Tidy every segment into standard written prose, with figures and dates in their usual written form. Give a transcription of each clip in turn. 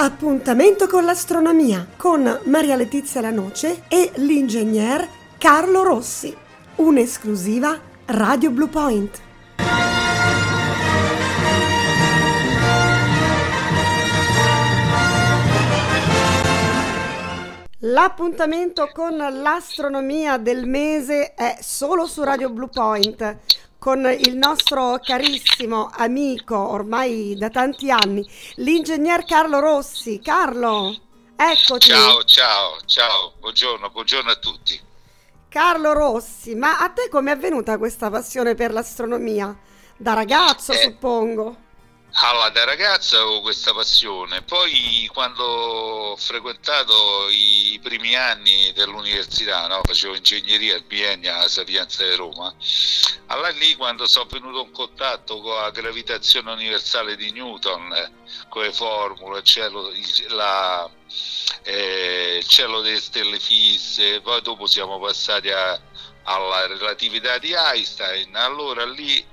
Appuntamento con l'astronomia con Maria Letizia Lanoce e l'ingegner Carlo Rossi. Un'esclusiva Radio Blue Point. L'appuntamento con l'astronomia del mese è solo su Radio Blue Point con il nostro carissimo amico ormai da tanti anni, l'ingegner Carlo Rossi. Carlo, eccoti. Ciao, buongiorno a tutti. Carlo Rossi, ma a te com'è venuta questa passione per l'astronomia? Da ragazzo, suppongo. Allora, da ragazzo avevo questa passione, poi quando ho frequentato i primi anni dell'università, no? Facevo ingegneria al biennio alla Sapienza di Roma, allora lì quando sono venuto in contatto con la gravitazione universale di Newton, con le formule, il cielo delle stelle fisse, poi dopo siamo passati alla relatività di Einstein, allora lì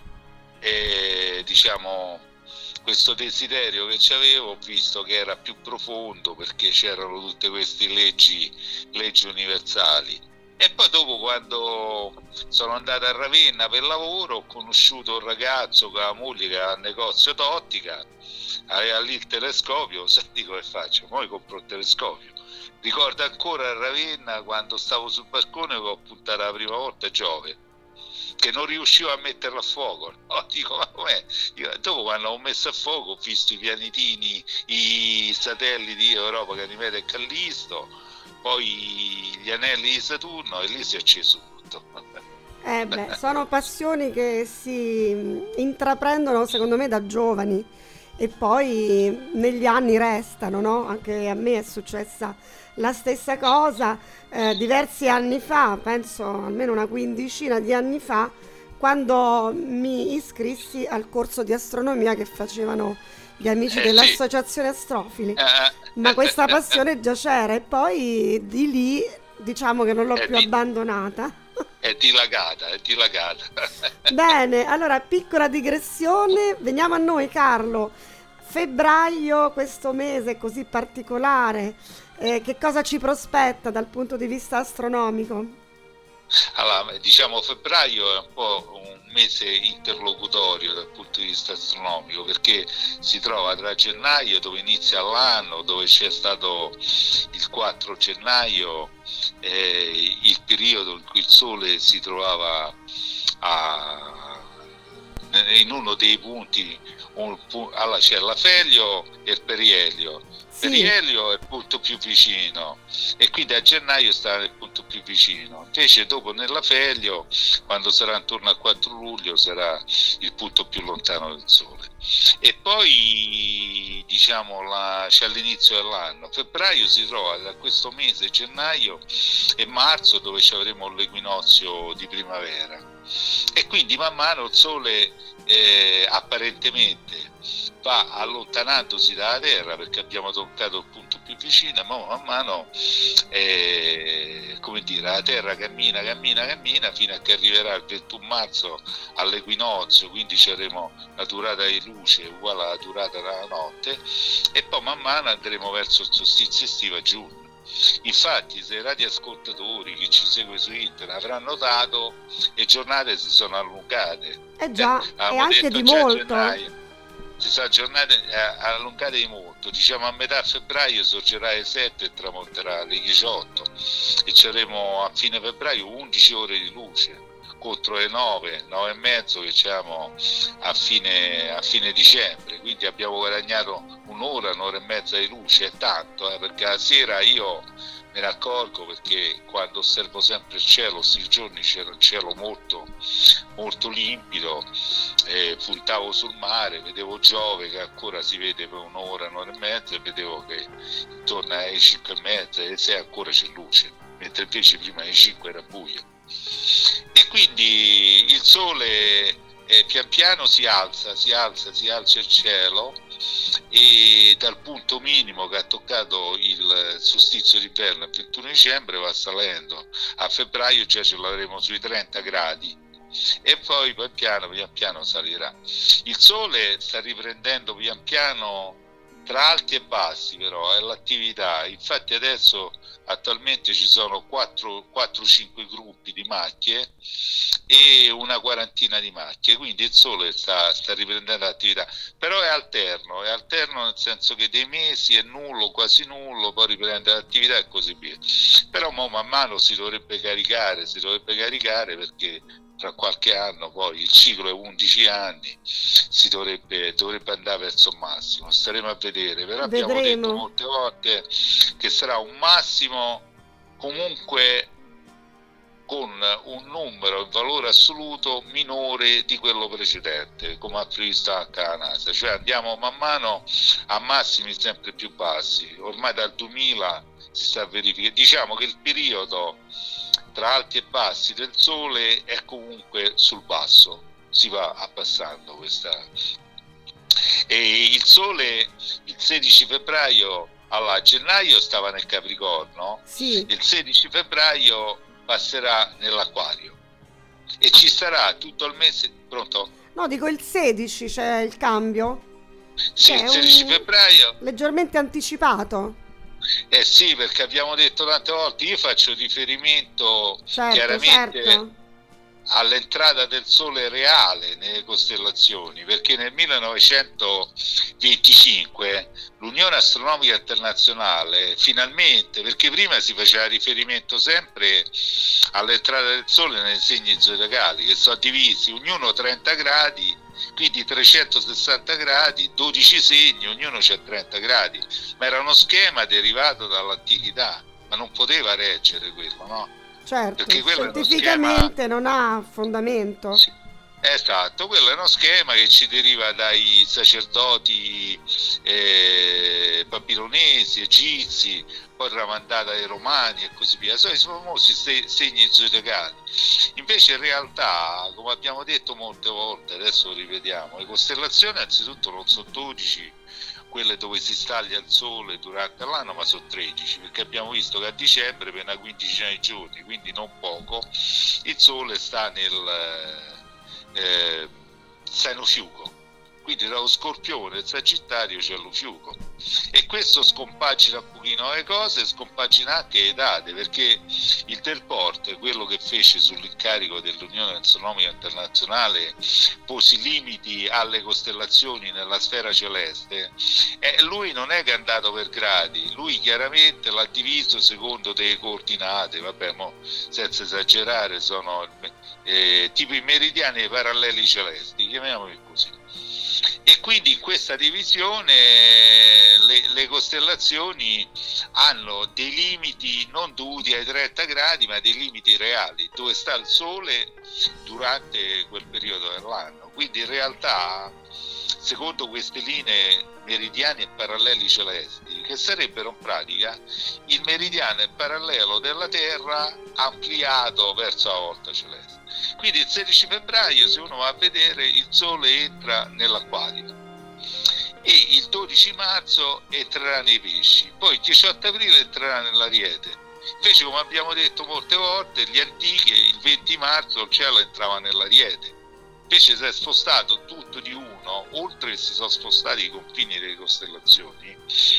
questo desiderio che c'avevo, ho visto che era più profondo perché c'erano tutte queste leggi universali. E poi dopo, quando sono andato a Ravenna per lavoro, ho conosciuto un ragazzo con la moglie che aveva un negozio d'ottica, aveva lì il telescopio, senti come faccio? Poi compro il telescopio. Ricordo ancora a Ravenna quando stavo sul balcone che ho puntato la prima volta Giove, che non riuscivo a metterlo a fuoco. No, dico, ma com'è? Dopo quando ho messo a fuoco ho visto i pianetini, i satelliti di Europa, Ganimede e Callisto, poi gli anelli di Saturno, e lì si è acceso tutto. Sono passioni che si intraprendono secondo me da giovani e poi negli anni restano, no? Anche a me è successa la stessa cosa diversi anni fa, penso almeno una quindicina di anni fa, quando mi iscrissi al corso di astronomia che facevano gli amici dell'Associazione Astrofili, ma questa passione già c'era e poi di lì diciamo che non l'ho più abbandonata. È dilagata. Bene, allora piccola digressione, veniamo a noi Carlo. Febbraio, questo mese così particolare, che cosa ci prospetta dal punto di vista astronomico? Allora, febbraio è un po' un mese interlocutorio dal punto di vista astronomico, perché si trova tra gennaio, dove inizia l'anno, dove c'è stato il 4 gennaio, il periodo in cui il Sole si trovava in uno dei punti, allora c'è l'afelio e il perielio. Perielio è il punto più vicino e quindi a gennaio sta nel punto più vicino, invece dopo nell'afelio, quando sarà intorno al 4 luglio, sarà il punto più lontano del Sole. E poi c'è all'inizio dell'anno. Febbraio si trova da questo mese, gennaio e marzo, dove ci avremo l'equinozio di primavera, e quindi man mano il Sole apparentemente va allontanandosi dalla Terra, perché abbiamo toccato il punto più vicino, ma man mano la Terra cammina fino a che arriverà il 21 marzo all'equinozio, quindi avremo la durata di luce uguale alla durata della notte, e poi man mano andremo verso il solstizio estivo a giugno. Infatti, se i radioascoltatori, chi ci segue su internet, avranno notato, le giornate si sono allungate. E anche di molto. Si sono giornate allungate di molto, a metà febbraio sorgerà alle 7 e tramonterà alle 18 e avremo a fine febbraio 11 ore di luce contro le 9 e mezzo che abbiamo a fine dicembre, quindi abbiamo guadagnato un'ora e mezza di luce. È tanto, perché la sera io me ne accorgo, perché quando osservo sempre il cielo, questi giorni c'era il cielo molto molto limpido, puntavo sul mare, vedevo Giove che ancora si vede per un'ora e mezza, e vedevo che intorno alle 5 e mezza, alle 6 ancora c'è luce, mentre invece prima alle 5 era buio. E quindi il Sole pian piano si alza il cielo, e dal punto minimo che ha toccato il solstizio d'inverno il 21 dicembre va salendo. A febbraio già ce l'avremo sui 30 gradi e poi pian piano salirà. Il Sole sta riprendendo pian piano tra alti e bassi, però è l'attività. Infatti adesso attualmente ci sono 4-5 gruppi di macchie e una quarantina di macchie, quindi il sole sta riprendendo l'attività, però è alterno nel senso che dei mesi è nullo, quasi nullo, poi riprende l'attività e così via. Però man mano si dovrebbe caricare perché tra qualche anno, poi il ciclo è 11 anni, dovrebbe andare verso il massimo. Staremo a vedere, però abbiamo detto Vedremo. molte volte che sarà un massimo comunque con un numero in valore assoluto minore di quello precedente, come ha previsto anche la NASA, cioè andiamo man mano a massimi sempre più bassi. Ormai dal 2000 si sta verificando, diciamo che il periodo tra alti e bassi del Sole è comunque sul basso, si va abbassando questa. E il Sole il 16 febbraio, allora a gennaio stava nel Capricorno, Sì. il 16 febbraio passerà nell'Acquario e ci sarà tutto il mese. Pronto? No, dico il 16 c'è il cambio, Sì, che il è 16 febbraio. leggermente anticipato. Eh sì, perché abbiamo detto tante volte, io faccio riferimento Certo, chiaramente certo. all'entrata del Sole reale nelle costellazioni, perché nel 1925 l'Unione Astronomica Internazionale finalmente, perché prima si faceva riferimento sempre all'entrata del Sole nei segni zodiacali, che sono divisi, ognuno 30 gradi, quindi 360 gradi, 12 segni, ognuno c'ha 30 gradi, ma era uno schema derivato dall'antichità, ma non poteva reggere quello, no? Certo, Perché quello è uno schema. scientificamente non ha fondamento. Sì, esatto, quello è uno schema che ci deriva dai sacerdoti babilonesi, egizi, poi tramandata ai romani e così via. Sono i famosi segni zodiacali. Invece in realtà, come abbiamo detto molte volte, adesso lo ripetiamo, le costellazioni anzitutto non sono 12, quelle dove si staglia il sole durante l'anno, ma sono 13, perché abbiamo visto che a dicembre per una quindicina di giorni, quindi non poco, il sole sta sta in un fiuco, quindi dallo Scorpione al Sagittario c'è lo fiuco, e questo scompagina un pochino le cose, scompagina anche le date, perché il Delporte, quello che fece sull'incarico dell'Unione Astronomica Internazionale, pose i limiti alle costellazioni nella sfera celeste, e lui non è che è andato per gradi, lui chiaramente l'ha diviso secondo delle coordinate, vabbè, senza esagerare, sono tipo i meridiani e i paralleli celesti, chiamiamoli così. E quindi in questa divisione le costellazioni hanno dei limiti non dovuti ai 30 gradi, ma dei limiti reali, dove sta il Sole durante quel periodo dell'anno. Quindi in realtà, secondo queste linee meridiani e paralleli celesti, che sarebbero in pratica il meridiano e parallelo della Terra ampliato verso la volta celeste. Quindi il 16 febbraio, se uno va a vedere, il Sole entra nell'Acquario e il 12 marzo entrerà nei pesci, poi il 18 aprile entrerà nell'Ariete. Invece, come abbiamo detto molte volte, gli antichi il 20 marzo il cielo entrava nell'Ariete, invece si è spostato tutto di uno, oltre che si sono spostati i confini delle costellazioni.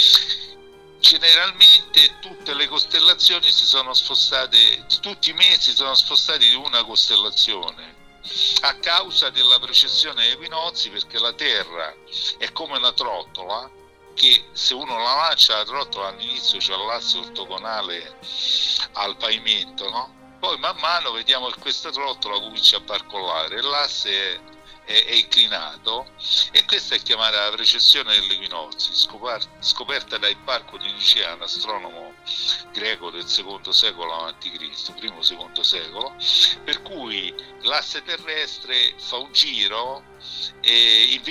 Generalmente tutte le costellazioni si sono spostate, tutti i mesi sono spostati di una costellazione a causa della precessione degli equinozi, perché la Terra è come una trottola che, se uno la lancia, la trottola all'inizio c'è l'asse ortogonale al pavimento, no? Poi man mano vediamo che questa trottola comincia a barcollare, l'asse è inclinato, e questa è chiamata la precessione degli equinozi, scoperta da Ipparco di Nicea, un astronomo greco del secondo secolo a.C., primo-secondo secolo, per cui l'asse terrestre fa un giro in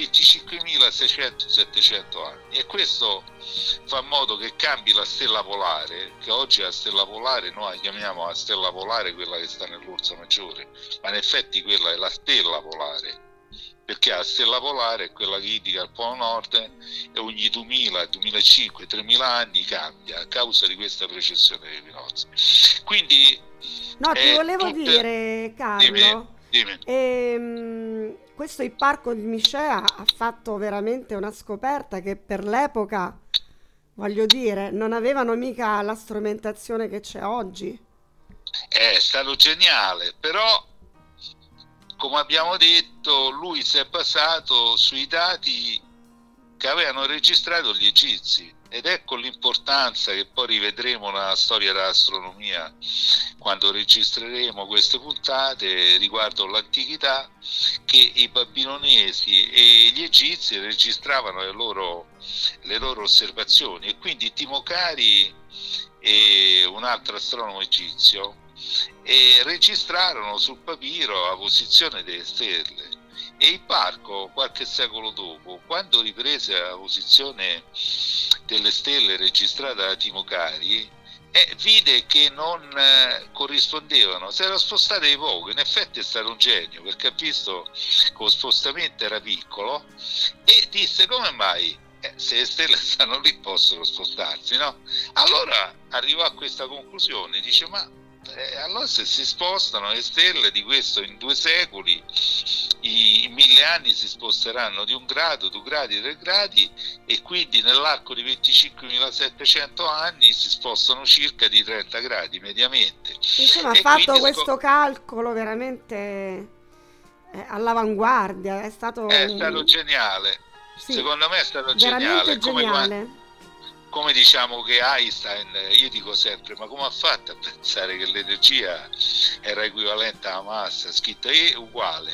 25.600-700 anni, e questo fa in modo che cambi la stella polare, che oggi la stella polare noi la chiamiamo la stella polare, quella che sta nell'Ursa Maggiore, ma in effetti quella è la stella polare, perché la stella polare è quella che indica il polo nord e ogni 2000, 2005, 3000 anni cambia a causa di questa precessione dei equinozi. Quindi No, ti volevo dire, dimmi, Carlo, dimmi. questo Ipparco di Micea ha fatto veramente una scoperta che per l'epoca, voglio dire, non avevano mica la strumentazione che c'è oggi. È stato geniale, però come abbiamo detto, lui si è basato sui dati che avevano registrato gli egizi, ed ecco l'importanza che poi rivedremo nella storia dell'astronomia quando registreremo queste puntate riguardo l'antichità, che i babilonesi e gli egizi registravano le loro osservazioni, e quindi Timocari e un altro astronomo egizio registrarono sul papiro la posizione delle stelle. E Ipparco, qualche secolo dopo, quando riprese la posizione delle stelle registrata da Timocari, vide che non corrispondevano, si era spostate di poco. In effetti è stato un genio, perché ha visto che lo spostamento era piccolo e disse: come mai? Se le stelle stanno lì possono spostarsi, no? Allora arrivò a questa conclusione, dice: ma allora se si spostano le stelle di questo in 2 secoli, in 1000 anni si sposteranno di 1 grado, 2 gradi, 3 gradi, e quindi nell'arco di 25.700 anni si spostano circa di 30 gradi mediamente. Insomma, ha fatto questo calcolo veramente all'avanguardia, è stato geniale. Sì, secondo me è stato veramente geniale. Come diciamo che Einstein, io dico sempre: ma come ha fatto a pensare che l'energia era equivalente alla massa? Scritto E uguale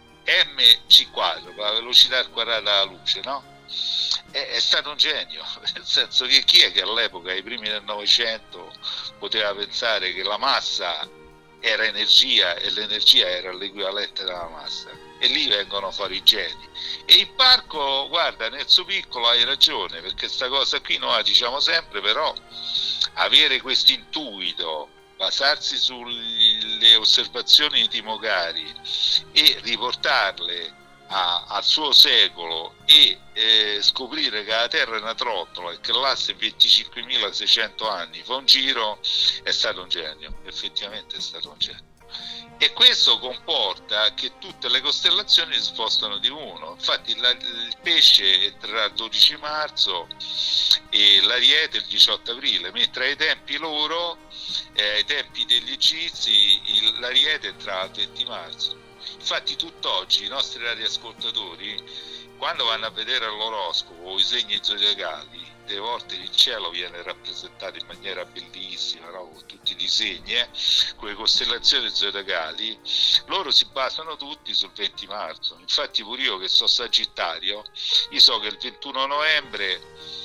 mc quadro, la velocità al quadrato della luce, no? È stato un genio, nel senso che chi è che all'epoca, ai primi del Novecento, poteva pensare che la massa era energia e l'energia era l'equivalente della massa? E lì vengono fuori i geni. E Ipparco, guarda, nel suo piccolo hai ragione, perché sta cosa qui noi la diciamo sempre, però avere questo intuito, basarsi sulle osservazioni di Timocari e riportarle al suo secolo, e scoprire che la Terra è una trottola e che l'asse è 25.600 anni fa un giro, è stato un genio, effettivamente è stato un genio. E questo comporta che tutte le costellazioni si spostano di uno. Infatti il pesce entrerà il 12 marzo e l'Ariete il 18 aprile, mentre ai tempi loro, ai tempi degli egizi, l'Ariete entrava il 20 marzo. Infatti tutt'oggi i nostri radioascoltatori, quando vanno a vedere l'oroscopo o i segni zodiacali, delle volte il cielo viene rappresentato in maniera bellissima, no? Con tutti i disegni, con le costellazioni zodiacali, loro si basano tutti sul 20 marzo. Infatti pure io, che so Sagittario, io so che il 21 novembre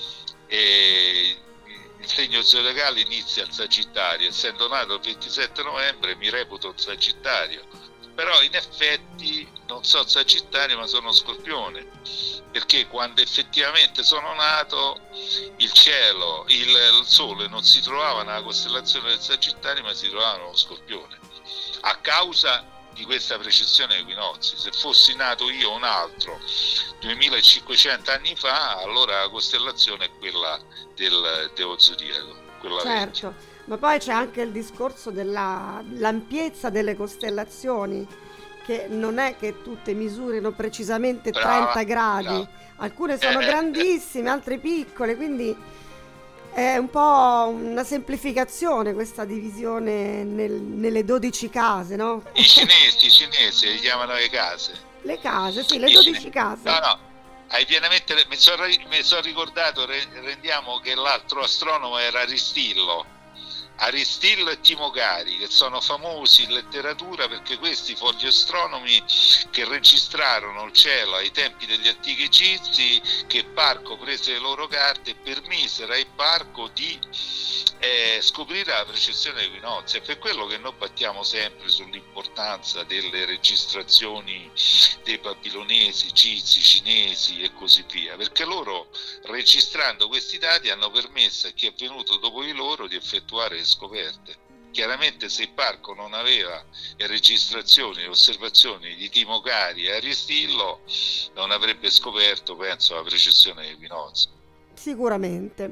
il segno zodiacale inizia il Sagittario, essendo nato il 27 novembre mi reputo un Sagittario, però in effetti non so Sagittario ma sono Scorpione, perché quando effettivamente sono nato il cielo, il sole non si trovava nella costellazione del Sagittario ma si trovava nello Scorpione, a causa di questa precessione degli equinozi. Se fossi nato io o un altro 2500 anni fa, allora la costellazione è quella dello zodiaco, quella certo vecchia. Ma poi c'è anche il discorso dell'ampiezza delle costellazioni, che non è che tutte misurino precisamente 30 gradi, no. Alcune sono grandissime, altre piccole, quindi è un po' una semplificazione questa divisione nelle 12 case, no? I cinesi li chiamano le case. Le case, sì, le 12 case. No, hai pienamente, mi sono ricordato, rendiamo che l'altro astronomo era Aristillo e Timocari, che sono famosi in letteratura perché questi furono gli astronomi che registrarono il cielo ai tempi degli antichi egizi, che Ipparco prese le loro carte e permisero a Ipparco di scoprire la precessione degli equinozi. È per quello che noi battiamo sempre sull'importanza delle registrazioni dei babilonesi, egizi, cinesi e così via, perché loro, registrando questi dati, hanno permesso a chi è venuto dopo di loro di effettuare le scoperte. Chiaramente se Ipparco non aveva le registrazioni, le osservazioni di Timocari e Aristillo, non avrebbe scoperto, penso, la precessione degli equinozi. Sicuramente.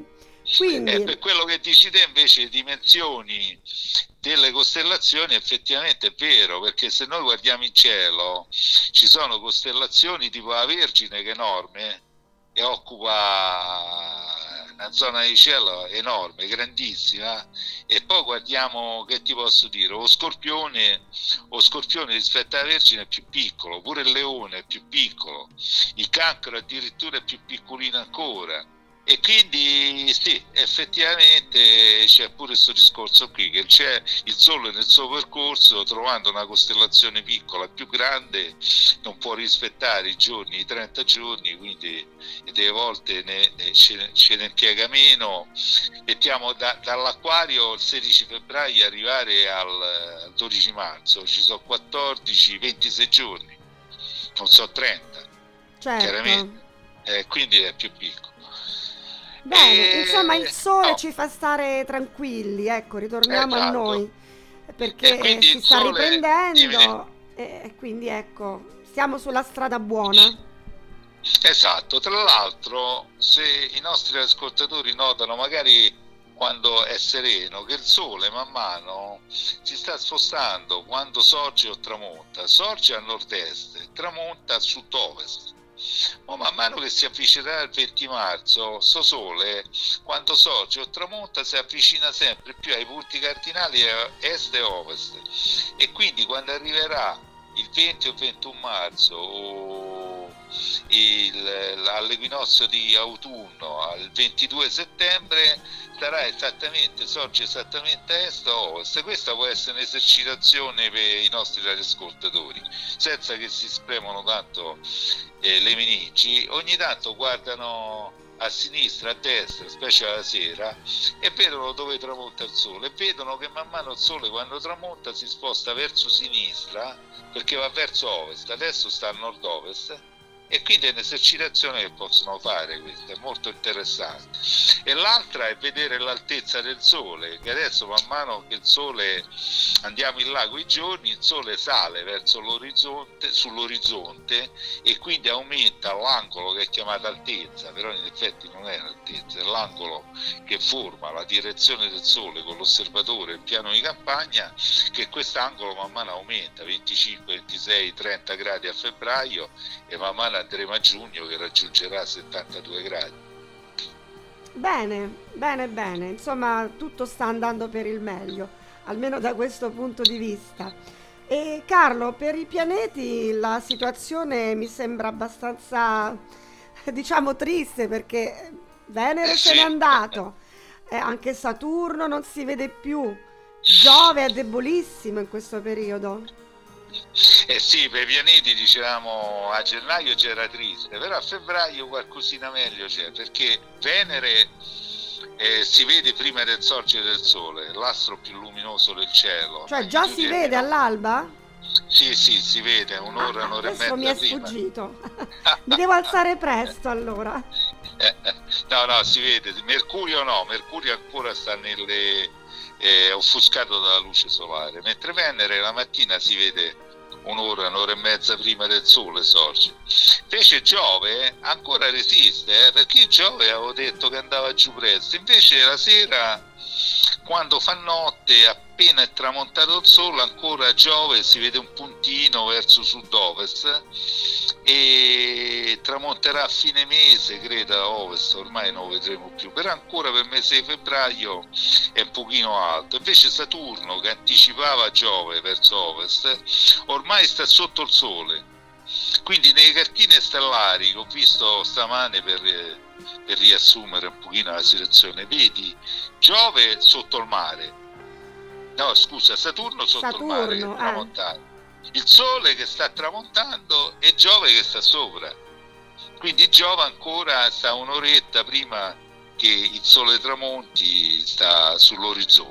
Quindi, Per quello che dici te invece, dimensioni delle costellazioni, effettivamente è vero, perché se noi guardiamo in cielo ci sono costellazioni tipo la Vergine, che è enorme e occupa una zona di cielo enorme, grandissima, e poi guardiamo, che ti posso dire, o Scorpione rispetto alla Vergine è più piccolo, pure il Leone è più piccolo, il Cancro addirittura è più piccolino ancora. E quindi sì, effettivamente c'è pure questo discorso qui, che c'è il Sole nel suo percorso, trovando una costellazione piccola più grande, non può rispettare i 30 giorni, quindi delle volte ce ne impiega meno. Mettiamo dall'Acquario il 16 febbraio arrivare al 12 marzo, ci sono 14, 26 giorni, non so 30, certo. chiaramente, quindi è più piccolo. Bene, insomma il sole No, ci fa stare tranquilli, ecco, ritorniamo a esatto. noi, E perché quindi si il sta sole, dimmi. riprendendo e quindi ecco, siamo sulla strada buona. Esatto, tra l'altro, se i nostri ascoltatori notano, magari quando è sereno, che il sole man mano si sta spostando quando sorge o tramonta, sorge a nord-est, tramonta a sud-ovest. Ma man mano che si avvicinerà il 20 marzo, sto sole, quando sorge o tramonta, si avvicina sempre più ai punti cardinali est e ovest. E quindi quando arriverà il 20 o 21 marzo o all'equinozio di autunno, al 22 settembre, sorge esattamente a est o ovest. Questa può essere un'esercitazione per i nostri radioascoltatori, senza che si spremono tanto le meningi. Ogni tanto guardano a sinistra, a destra, specie alla sera, e vedono dove tramonta il sole, e vedono che man mano il sole, quando tramonta, si sposta verso sinistra, perché va verso ovest. Adesso sta a nord-ovest, e quindi è un'esercitazione che possono fare, questa è molto interessante. E l'altra è vedere l'altezza del sole, che adesso man mano che il sole, andiamo in là coi giorni, il sole sale verso l'orizzonte, sull'orizzonte, e quindi aumenta l'angolo che è chiamato altezza, però in effetti non è l'altezza, è l'angolo che forma la direzione del sole con l'osservatore, il piano di campagna, che quest'angolo man mano aumenta, 25, 26, 30 gradi a febbraio, e man mano andremo a giugno che raggiungerà 72 gradi. Bene, bene, bene, insomma tutto sta andando per il meglio, almeno da questo punto di vista. E Carlo, per i pianeti la situazione mi sembra abbastanza, diciamo, triste perché Venere se n'è Sì. andato, anche Saturno non si vede più, Giove è debolissimo in questo periodo. Eh sì, per i pianeti dicevamo a gennaio c'era triste, però a febbraio qualcosina meglio c'è, perché Venere si vede prima del sorgere del sole, l'astro più luminoso del cielo. Cioè già si vede all'alba? Sì, sì, si vede un'ora, un'ora e Questo mi mezza è prima. sfuggito. Mi devo alzare presto allora. No, si vede. Mercurio no, Mercurio ancora sta offuscato dalla luce solare, mentre Venere la mattina si vede un'ora, un'ora e mezza prima del sole sorge. Invece Giove ancora resiste, perché Giove avevo detto che andava giù presto, invece la sera, quando fa notte, appena è tramontato il sole, ancora Giove si vede un puntino verso sud-ovest, e tramonterà a fine mese, credo, a ovest, ormai non lo vedremo più, però ancora per il mese di febbraio è un pochino alto. Invece Saturno, che anticipava Giove verso ovest, ormai sta sotto il sole, quindi nelle cartine stellari che ho visto stamane per riassumere un pochino la situazione, vedi Giove sotto il mare, no scusa, Saturno sotto il mare che è tramontato, il sole che sta tramontando e Giove che sta sopra, quindi Giove ancora sta un'oretta prima che il sole tramonti, sta sull'orizzonte.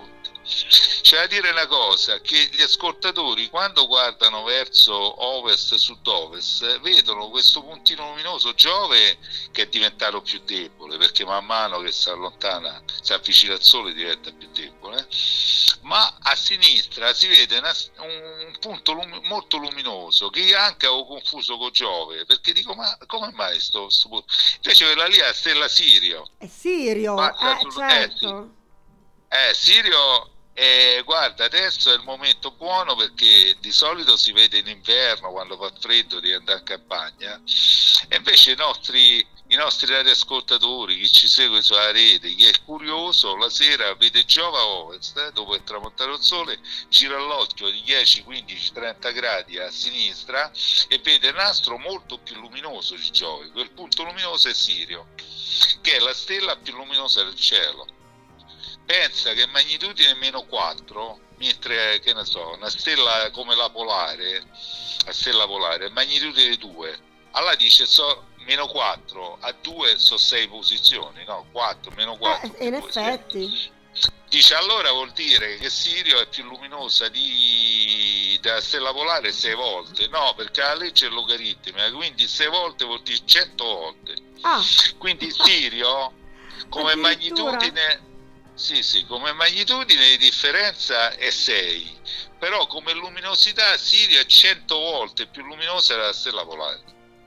C'è da dire una cosa, che gli ascoltatori quando guardano verso ovest-sud-ovest vedono questo puntino luminoso Giove che è diventato più debole, perché man mano che si allontana, si avvicina al Sole diventa più debole, ma a sinistra si vede un punto molto luminoso che io anche avevo confuso con Giove, perché dico ma come mai sto punto? Invece quella lì è la stella Sirio. È Sirio, certo. Sirio, guarda, adesso è il momento buono perché di solito si vede in inverno quando fa freddo di andare in campagna, e invece i nostri radioascoltatori, chi ci segue sulla rete, chi è curioso, la sera vede Giova a ovest, dopo è tramontato il sole, gira l'occhio di 10, 15, 30 gradi a sinistra e vede un astro molto più luminoso di Giove. Quel punto luminoso è Sirio, che è la stella più luminosa del cielo. Pensa che magnitudine meno 4, mentre che ne so, una stella come la stella polare, magnitudine 2. Allora dice meno 4 a 2 sono 6 posizioni, no? 4 meno 4. In effetti. Dice allora vuol dire che Sirio è più luminosa della stella polare 6 volte. No, perché la legge è logaritmica, quindi 6 volte vuol dire 100 volte. Quindi Sirio come magnitudine, sì, come magnitudine di differenza è 6, però come luminosità Sirio è 100 volte più luminosa della stella polare.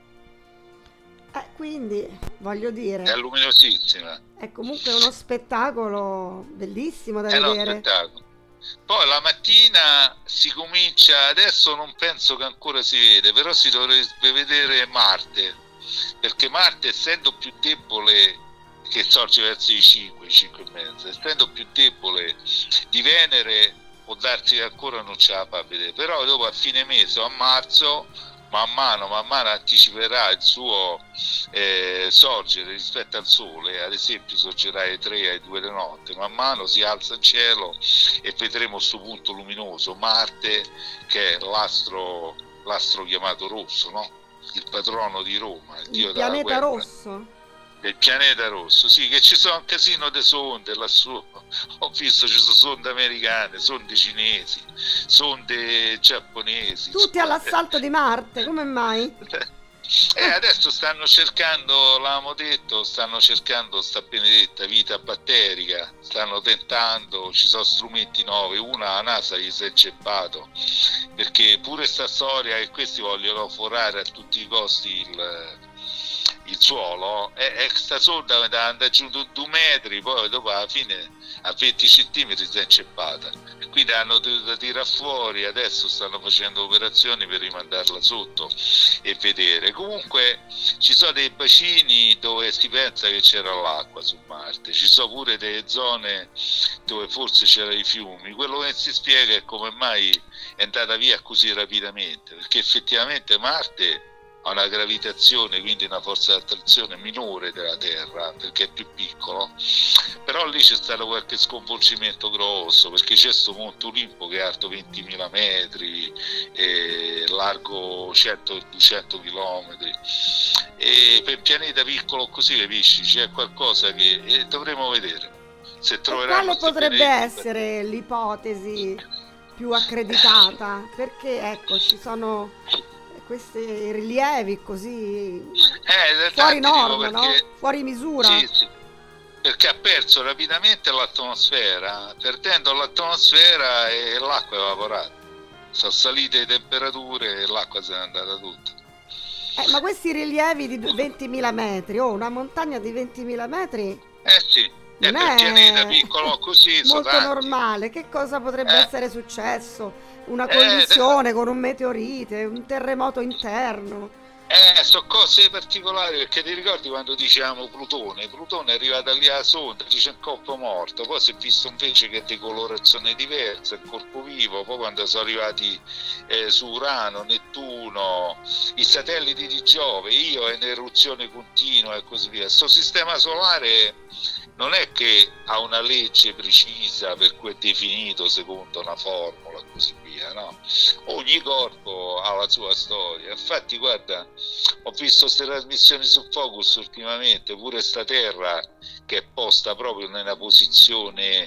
Quindi voglio dire, è luminosissima. È comunque uno spettacolo bellissimo da vedere. Spettacolo. Poi la mattina si comincia, adesso non penso che ancora si vede, però si dovrebbe vedere Marte, perché Marte, essendo più debole, che sorge verso i 5 e mezza, essendo più debole di Venere, può darsi che ancora non ce la fa vedere, però dopo a fine mese o a marzo man mano anticiperà il suo sorgere rispetto al Sole. Ad esempio sorgerà alle 3, alle 2 di notte, man mano si alza il cielo e vedremo questo punto luminoso Marte, che è l'astro chiamato rosso, no? Il patrono di Roma, il dio della pianeta guerra. rosso. Il pianeta rosso, sì, che ci sono un casino di sonde lassù. Ho visto ci sono sonde americane, sonde cinesi, sonde giapponesi. Tutti all'assalto di Marte, come mai? Adesso stanno cercando, l'avevamo detto, sta benedetta vita batterica, stanno tentando, ci sono strumenti nuovi, la NASA gli si è inceppato, perché pure sta storia che questi vogliono forare a tutti i costi il suolo, sta sonda andata giù 2 metri, poi dopo alla fine a 20 centimetri si è inceppata, e quindi hanno dovuto tirare fuori, adesso stanno facendo operazioni per rimandarla sotto e vedere. Comunque ci sono dei bacini dove si pensa che c'era l'acqua su Marte, ci sono pure delle zone dove forse c'erano i fiumi. Quello che si spiega è come mai è andata via così rapidamente, perché effettivamente Marte ha una gravitazione, quindi una forza di attrazione minore della Terra, perché è più piccolo, però lì c'è stato qualche sconvolgimento grosso, perché c'è questo Monte Olimpo che è alto 20.000 metri e largo 100-200 chilometri, e per un pianeta piccolo così, capisci, c'è qualcosa che dovremo vedere se troveranno. Quale potrebbe essere l'ipotesi più accreditata? Perché ecco, ci sono questi rilievi così fuori norma, perché, no? Fuori misura. Sì, perché ha perso rapidamente l'atmosfera, perdendo l'atmosfera e l'acqua è evaporata, sono salite le temperature e l'acqua se n'è andata tutta. Ma questi rilievi di 20.000 metri, una montagna di 20.000 metri? Sì, per pianeta piccolo così molto normale. Che cosa potrebbe essere successo? Una collisione con un meteorite, un terremoto interno. Sono cose particolari, perché ti ricordi quando dicevamo Plutone è arrivata lì alla sonda, dice un corpo morto, poi si è visto invece che decolorazione diversa, il corpo vivo, poi quando sono arrivati su Urano, Nettuno, i satelliti di Giove, Io in eruzione continua e così via. Questo sistema solare non è che ha una legge precisa per cui è definito secondo una formula e così via, no? Ogni corpo ha la sua storia. Infatti guarda, ho visto queste trasmissioni su Focus ultimamente, pure sta Terra che è posta proprio nella posizione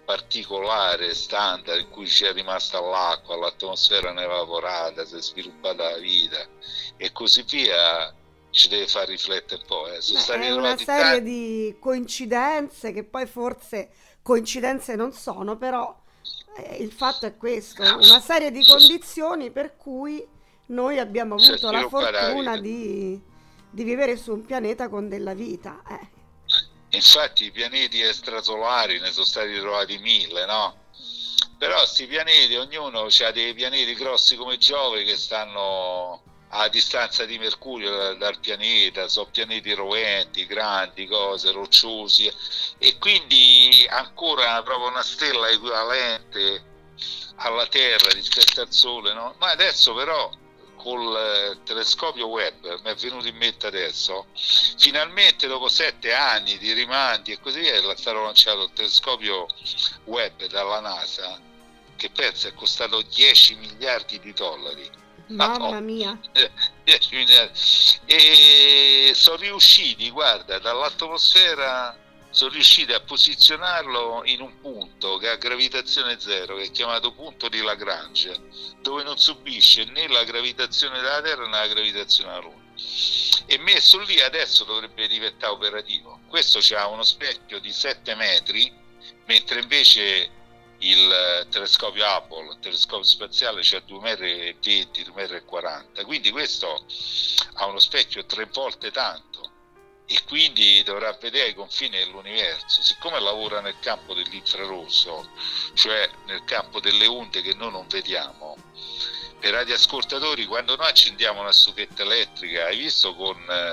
particolare, standard, in cui c'è rimasta l'acqua, l'atmosfera non è evaporata, si è sviluppata la vita e così via, ci deve far riflettere un po'. Sono stati È una trovati serie di coincidenze che poi forse coincidenze non sono, però il fatto è questo, una serie di condizioni per cui noi abbiamo si è avuto la sviluppata la fortuna vita. di vivere su un pianeta con della vita. Infatti i pianeti extrasolari ne sono stati trovati 1000, no? Però questi pianeti, ognuno ha dei pianeti grossi come Giove che stanno a distanza di Mercurio dal pianeta, sono pianeti roventi, grandi, cose, rocciosi, e quindi ancora proprio una stella equivalente alla Terra rispetto al Sole, no? Ma adesso però col telescopio Webb mi è venuto in mente adesso, finalmente dopo 7 anni di rimandi e così via, è stato lanciato il telescopio Webb dalla NASA, che pensa è costato 10 miliardi di dollari. Mamma mia. 10 miliardi. E sono riusciti, guarda, dall'atmosfera sono riusciti a posizionarlo in un punto che ha gravitazione zero, che è chiamato punto di Lagrange, dove non subisce né la gravitazione della Terra né la gravitazione della Luna. E messo lì adesso dovrebbe diventare operativo. Questo c'ha uno specchio di 7 metri, mentre invece il telescopio Hubble, il telescopio spaziale, c'ha 2,20 m, 2,40 m, quindi questo ha uno specchio 3 volte tanto e quindi dovrà vedere i confini dell'universo. Siccome lavora nel campo dell'infrarosso, cioè nel campo delle onde che noi non vediamo, per radioascoltatori, quando noi accendiamo una stucchetta elettrica, hai visto con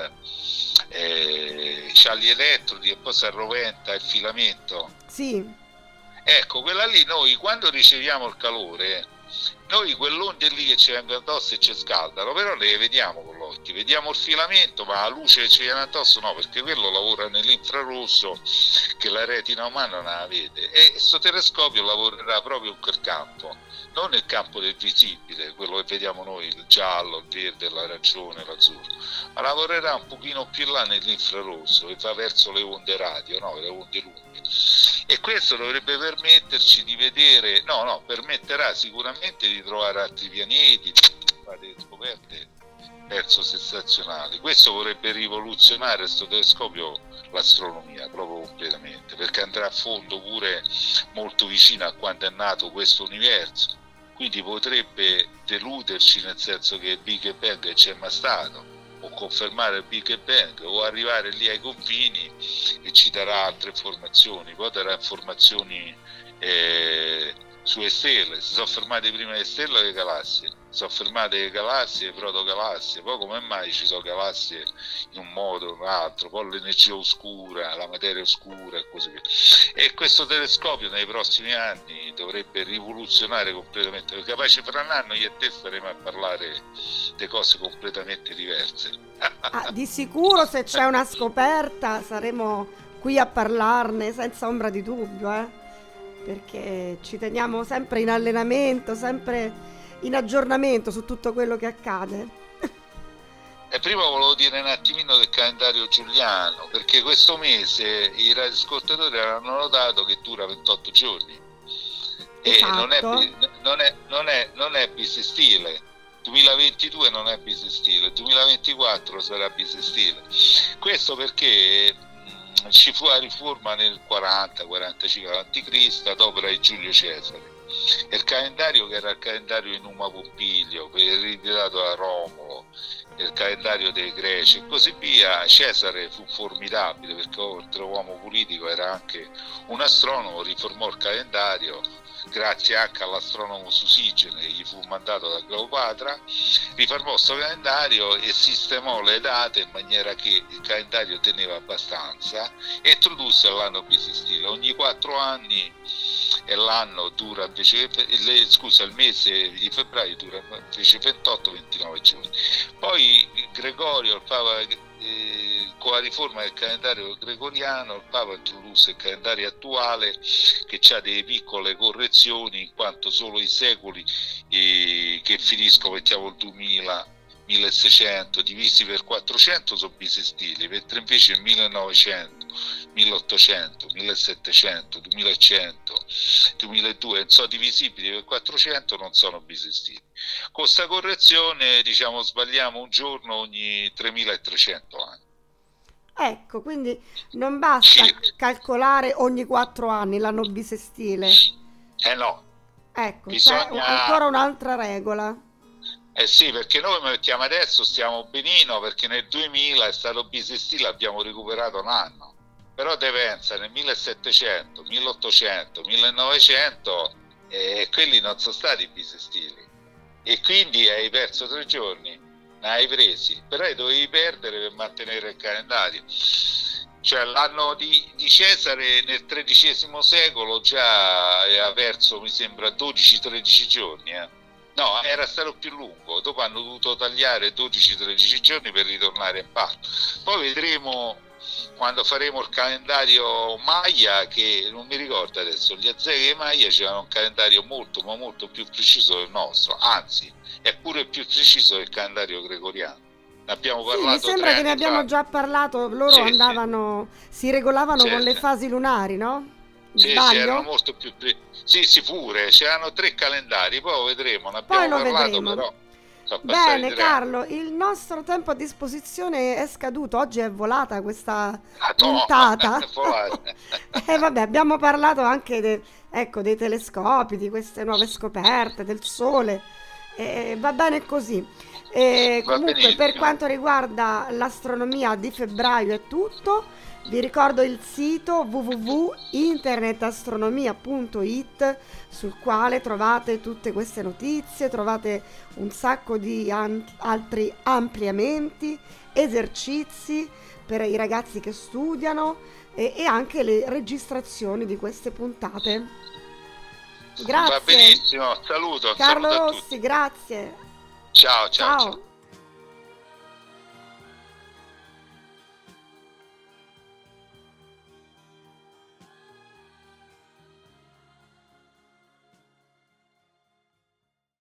c'ha gli elettrodi e poi si arroventa il filamento? Sì. Ecco, quella lì, noi quando riceviamo il calore, noi quell'onde lì che ci vengono addosso e ci scaldano, però le vediamo con l'occhio, vediamo il filamento, ma la luce che ci viene addosso no, perché quello lavora nell'infrarosso che la retina umana non la vede, e questo telescopio lavorerà proprio in quel campo, non nel campo del visibile, quello che vediamo noi, il giallo, il verde, l'arancione, l'azzurro, ma lavorerà un pochino più là nell'infrarosso e va verso le onde radio, no, le onde lunghe. E questo dovrebbe permetterci di vedere, permetterà sicuramente di trovare altri pianeti, di fare scoperte verso sensazionali. Questo vorrebbe rivoluzionare questo telescopio l'astronomia proprio completamente, perché andrà a fondo pure molto vicino a quando è nato questo universo, quindi potrebbe deluderci, nel senso che il Big Bang c'è mai stato, o confermare il Big Bang, o arrivare lì ai confini e ci darà altre informazioni, poi darà informazioni sulle stelle. Si sono fermate prima le stelle le galassie, si sono fermate le galassie e le protogalassie, poi come mai ci sono galassie in un modo o in un altro, poi l'energia oscura, la materia oscura e così via. E questo telescopio nei prossimi anni dovrebbe rivoluzionare completamente, perché capace fra un anno io e te staremo a parlare di cose completamente diverse. Di sicuro se c'è una scoperta saremo qui a parlarne senza ombra di dubbio, perché ci teniamo sempre in allenamento, sempre in aggiornamento su tutto quello che accade. E prima volevo dire un attimino del calendario giuliano, perché questo mese i radioascoltatori hanno notato che dura 28 giorni. Esatto. E non è bisestile. 2022 non è bisestile, 2024 sarà bisestile. Questo perché ci fu la riforma nel 40-45 a.C. ad opera di Giulio Cesare. E il calendario, che era il calendario di Numa Pompilio, ereditato da Romolo, il calendario dei Greci e così via, Cesare fu formidabile perché oltre uomo politico era anche un astronomo, riformò il calendario grazie anche all'astronomo Susigene che gli fu mandato da Cleopatra, riformò questo calendario e sistemò le date in maniera che il calendario teneva abbastanza e introdusse l'anno bisestile. Ogni 4 anni e l'anno dura invece, il mese di febbraio dura invece 28-29 giorni. Poi Gregorio, il Papa, con la riforma del calendario gregoriano, il Papa introdusse il calendario attuale che ha delle piccole correzioni, in quanto solo i secoli che finiscono, mettiamo il 2000, 1600 divisi per 400 sono bisestili, mentre invece il 1900 1800, 1700, 2100, 2002, non sono divisibili per 400, non sono bisestili. Con questa correzione, diciamo, sbagliamo un giorno ogni 3300 anni. Ecco, quindi non basta Sì. calcolare ogni 4 anni l'anno bisestile. No, Ecco, c'è bisogna... ancora un'altra regola. Eh sì, perché noi mettiamo adesso, stiamo benino, perché nel 2000 è stato bisestile, abbiamo recuperato un anno. Però te pensa, nel 1700, 1800, 1900, quelli non sono stati bisestili. E quindi hai perso 3 giorni, ne hai presi, però dovevi perdere per mantenere il calendario. Cioè l'anno di Cesare nel XIII secolo già aveva perso, mi sembra, 12-13 giorni. No, era stato più lungo, dopo hanno dovuto tagliare 12-13 giorni per ritornare in palla. Poi vedremo quando faremo il calendario Maya, che non mi ricordo adesso, gli Aztechi Maya c'erano un calendario molto ma molto più preciso del nostro, anzi è pure più preciso del calendario gregoriano. Ne abbiamo Sì, mi parlato sembra 3 che ne anni abbiamo fa. già parlato, loro Sì, andavano, si regolavano sì, con le sì. fasi lunari, no? Sì, erano Sbaglio? molto più sì, pure, c'erano 3 calendari, poi lo vedremo, ne Poi abbiamo lo parlato, vedremo. però sono passati Bene, 3 anni. Carlo, il nostro tempo a disposizione è scaduto. Oggi è volata questa Ah, no, puntata. volate. E vabbè, abbiamo parlato anche ecco, dei telescopi, di queste nuove scoperte, del Sole. Va bene così. Va Comunque, per benissimo. quanto riguarda l'astronomia di febbraio è tutto. Vi ricordo il sito www.internetastronomia.it, sul quale trovate tutte queste notizie, trovate un sacco di altri ampliamenti, esercizi per i ragazzi che studiano e anche le registrazioni di queste puntate. Va Grazie, benissimo, saluto Carlo a Rossi, tutti. grazie. Ciao, ciao, Ciao. ciao.